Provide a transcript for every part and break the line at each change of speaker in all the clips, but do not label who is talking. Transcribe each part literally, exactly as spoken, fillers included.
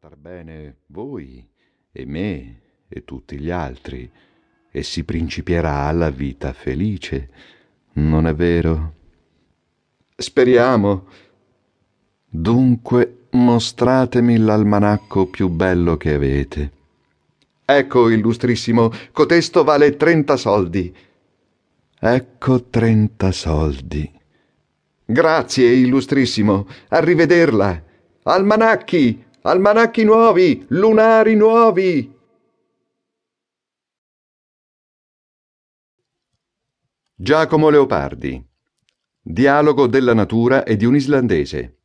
trattar bene voi e me e tutti gli altri, e si principierà la vita felice, non è vero?
Speriamo.
Dunque mostratemi l'almanacco più bello che avete.
Ecco, illustrissimo, cotesto vale trenta soldi.
Ecco trenta soldi.
Grazie, illustrissimo. Arrivederla. Almanacchi, almanacchi nuovi, lunari nuovi.
Giacomo Leopardi. Dialogo della natura e di un islandese.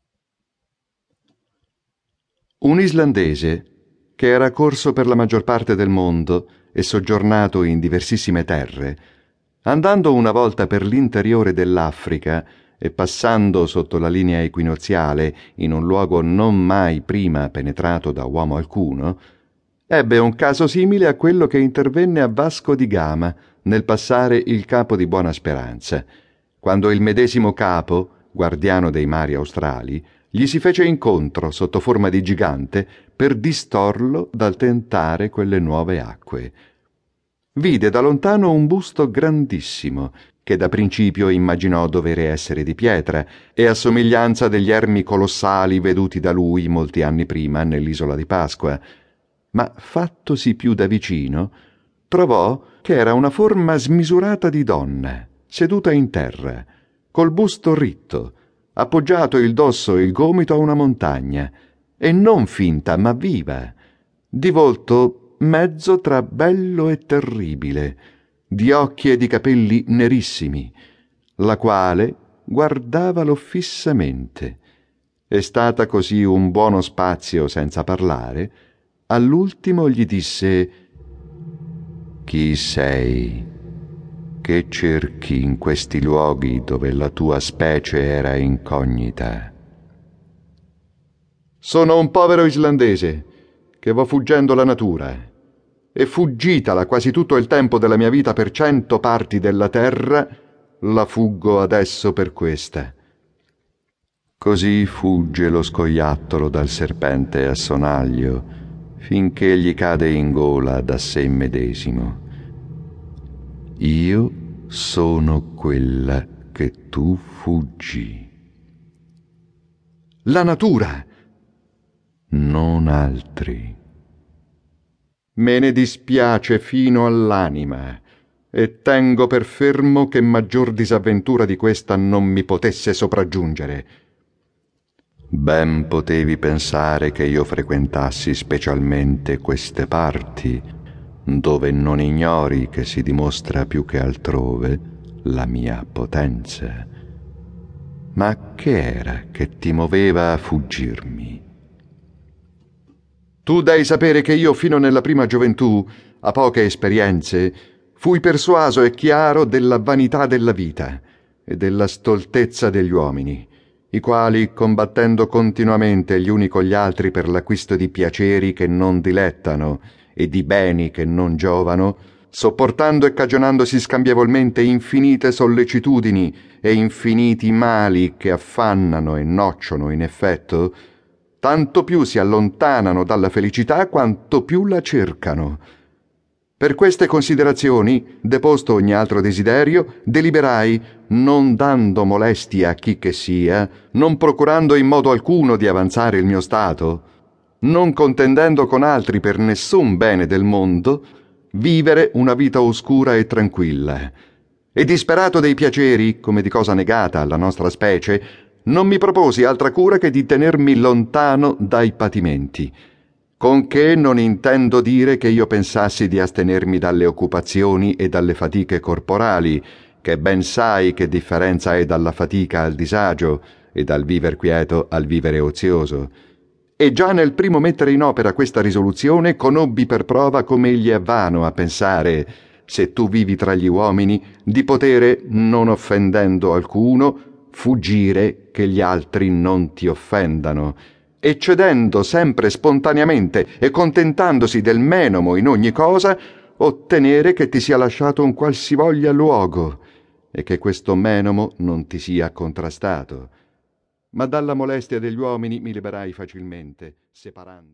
Un islandese, che era corso per la maggior parte del mondo e soggiornato in diversissime terre, andando una volta per l'interiore dell'Africa e passando sotto la linea equinoziale in un luogo non mai prima penetrato da uomo alcuno, ebbe un caso simile a quello che intervenne a Vasco di Gama nel passare il Capo di Buona Speranza, quando il medesimo capo, guardiano dei mari australi, gli si fece incontro sotto forma di gigante per distorlo dal tentare quelle nuove acque. Vide da lontano un busto grandissimo, che da principio immaginò dovere essere di pietra e a somiglianza degli ermi colossali veduti da lui molti anni prima nell'isola di Pasqua, ma fattosi più da vicino, trovò che era una forma smisurata di donna, seduta in terra, col busto ritto, appoggiato il dosso e il gomito a una montagna, e non finta ma viva, di volto mezzo tra bello e terribile, di occhi e di capelli nerissimi, la quale guardavalo fissamente, e stata così un buono spazio senza parlare, all'ultimo gli disse: «Chi sei? Che cerchi in questi luoghi dove la tua specie era incognita?»
Sono un povero islandese che va fuggendo la natura, e fuggitala quasi tutto il tempo della mia vita per cento parti della terra, la fuggo adesso per questa.
Così fugge lo scoiattolo dal serpente a sonaglio, finché gli cade in gola da sé medesimo. Io sono quella che tu fuggi.
La natura!
Non altri.
Me ne dispiace fino all'anima, e tengo per fermo che maggior disavventura di questa non mi potesse sopraggiungere.
Ben potevi pensare che io frequentassi specialmente queste parti, dove non ignori che si dimostra più che altrove la mia potenza. Ma che era che ti muoveva a fuggirmi?
Tu devi sapere che io fino nella prima gioventù, a poche esperienze, fui persuaso e chiaro della vanità della vita e della stoltezza degli uomini, i quali, combattendo continuamente gli uni con gli altri per l'acquisto di piaceri che non dilettano e di beni che non giovano, sopportando e cagionandosi scambievolmente infinite sollecitudini e infiniti mali che affannano e nocciono in effetto, tanto più si allontanano dalla felicità quanto più la cercano. Per queste considerazioni, deposto ogni altro desiderio, deliberai, non dando molestia a chi che sia, non procurando in modo alcuno di avanzare il mio stato, non contendendo con altri per nessun bene del mondo, vivere una vita oscura e tranquilla. E disperato dei piaceri, come di cosa negata alla nostra specie, non mi proposi altra cura che di tenermi lontano dai patimenti, con che non intendo dire che io pensassi di astenermi dalle occupazioni e dalle fatiche corporali, che ben sai che differenza è dalla fatica al disagio e dal viver quieto al vivere ozioso. E già nel primo mettere in opera questa risoluzione conobbi per prova come egli è vano a pensare, se tu vivi tra gli uomini, di potere, non offendendo alcuno, fuggire che gli altri non ti offendano, e cedendo sempre spontaneamente e contentandosi del menomo in ogni cosa, ottenere che ti sia lasciato un qualsivoglia luogo e che questo menomo non ti sia contrastato. Ma dalla molestia degli uomini mi liberai facilmente, separando